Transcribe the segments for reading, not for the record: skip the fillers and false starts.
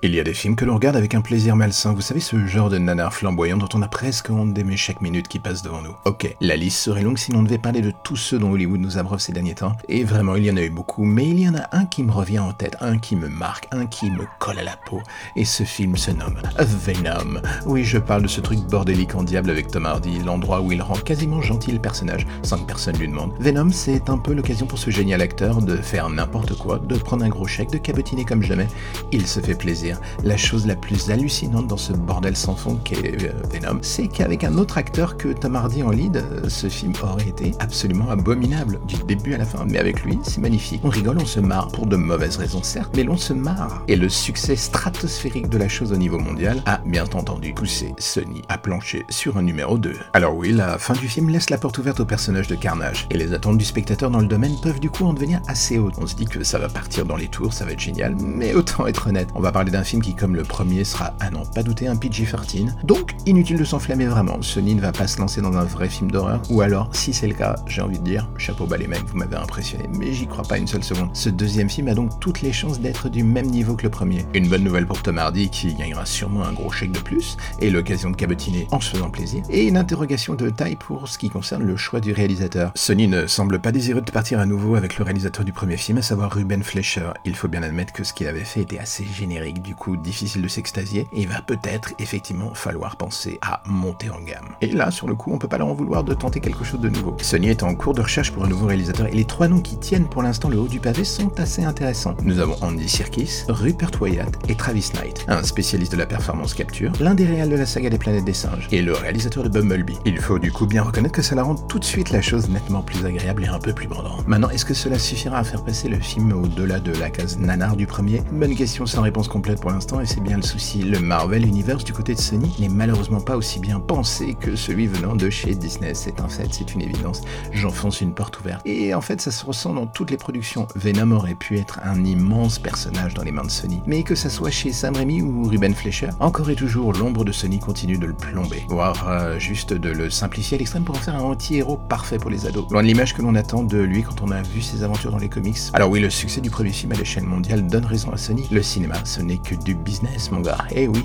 Il y a des films que l'on regarde avec un plaisir malsain, vous savez, ce genre de nanar flamboyant dont on a presque honte d'aimer chaque minute qui passe devant nous. Ok, la liste serait longue si l'on devait parler de tous ceux dont Hollywood nous abreuve ces derniers temps, et vraiment il y en a eu beaucoup, mais il y en a un qui me revient en tête, un qui me marque, un qui me colle à la peau, et ce film se nomme Venom. Oui, je parle de ce truc bordélique en diable avec Tom Hardy, l'endroit où il rend quasiment gentil le personnage, sans que personne lui demande. Venom, c'est un peu l'occasion pour ce génial acteur de faire n'importe quoi, de prendre un gros chèque, de cabotiner comme jamais. Il se fait plaisir. La chose la plus hallucinante dans ce bordel sans fond qu'est Venom, c'est qu'avec un autre acteur que Tom Hardy en lead, ce film aurait été absolument abominable, du début à la fin. Mais avec lui, c'est magnifique. On rigole, on se marre, pour de mauvaises raisons certes, mais l'on se marre. Et le succès stratosphérique de la chose au niveau mondial a bien entendu poussé Sony à plancher sur un numéro 2. Alors oui, la fin du film laisse la porte ouverte au personnage de Carnage, et les attentes du spectateur dans le domaine peuvent du coup en devenir assez hautes. On se dit que ça va partir dans les tours, ça va être génial, mais autant être honnête, on va parler d'un film qui, comme le premier, sera, à n'en pas douter, un PG-13, donc inutile de s'enflammer vraiment, Sony ne va pas se lancer dans un vrai film d'horreur, ou alors, si c'est le cas, j'ai envie de dire, chapeau bas les mecs, vous m'avez impressionné, mais j'y crois pas une seule seconde. Ce deuxième film a donc toutes les chances d'être du même niveau que le premier. Une bonne nouvelle pour Tom Hardy, qui gagnera sûrement un gros chèque de plus, et l'occasion de cabotiner en se faisant plaisir, et une interrogation de taille pour ce qui concerne le choix du réalisateur. Sony ne semble pas désireux de partir à nouveau avec le réalisateur du premier film, à savoir Ruben Fleischer. Il faut bien admettre que ce qu'il avait fait était assez générique, du coup difficile de s'extasier, et il va peut-être effectivement falloir penser à monter en gamme. Et là, sur le coup, on peut pas leur en vouloir de tenter quelque chose de nouveau. Sony est en cours de recherche pour un nouveau réalisateur, et les trois noms qui tiennent pour l'instant le haut du pavé sont assez intéressants. Nous avons Andy Serkis, Rupert Wyatt et Travis Knight, un spécialiste de la performance capture, l'un des réals de la saga des planètes des singes, et le réalisateur de Bumblebee. Il faut du coup bien reconnaître que ça la rend tout de suite la chose nettement plus agréable et un peu plus bandante. Maintenant, est-ce que cela suffira à faire passer le film au-delà de la case nanar du premier? Bonne question sans réponse complète pour l'instant, et c'est bien le souci. Le Marvel Universe du côté de Sony n'est malheureusement pas aussi bien pensé que celui venant de chez Disney. C'est un fait, c'est une évidence. J'enfonce une porte ouverte. Et en fait, ça se ressent dans toutes les productions. Venom aurait pu être un immense personnage dans les mains de Sony. Mais que ça soit chez Sam Raimi ou Ruben Fleischer, encore et toujours, l'ombre de Sony continue de le plomber. Voire juste de le simplifier à l'extrême pour en faire un anti-héros parfait pour les ados. Loin de l'image que l'on attend de lui quand on a vu ses aventures dans les comics. Alors oui, le succès du premier film à l'échelle mondiale donne raison à Sony. Le cinéma, ce n'est que du business, mon gars. Eh oui,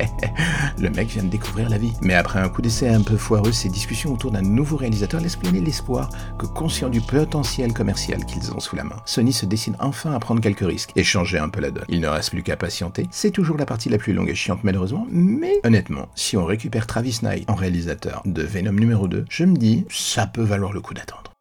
le mec vient de découvrir la vie. Mais après un coup d'essai un peu foireux, ces discussions autour d'un nouveau réalisateur laissent planer l'espoir que, conscients du potentiel commercial qu'ils ont sous la main, Sony se décide enfin à prendre quelques risques et changer un peu la donne. Il ne reste plus qu'à patienter. C'est toujours la partie la plus longue et chiante malheureusement, mais honnêtement, si on récupère Travis Knight en réalisateur de Venom numéro 2, je me dis, ça peut valoir le coup d'attendre.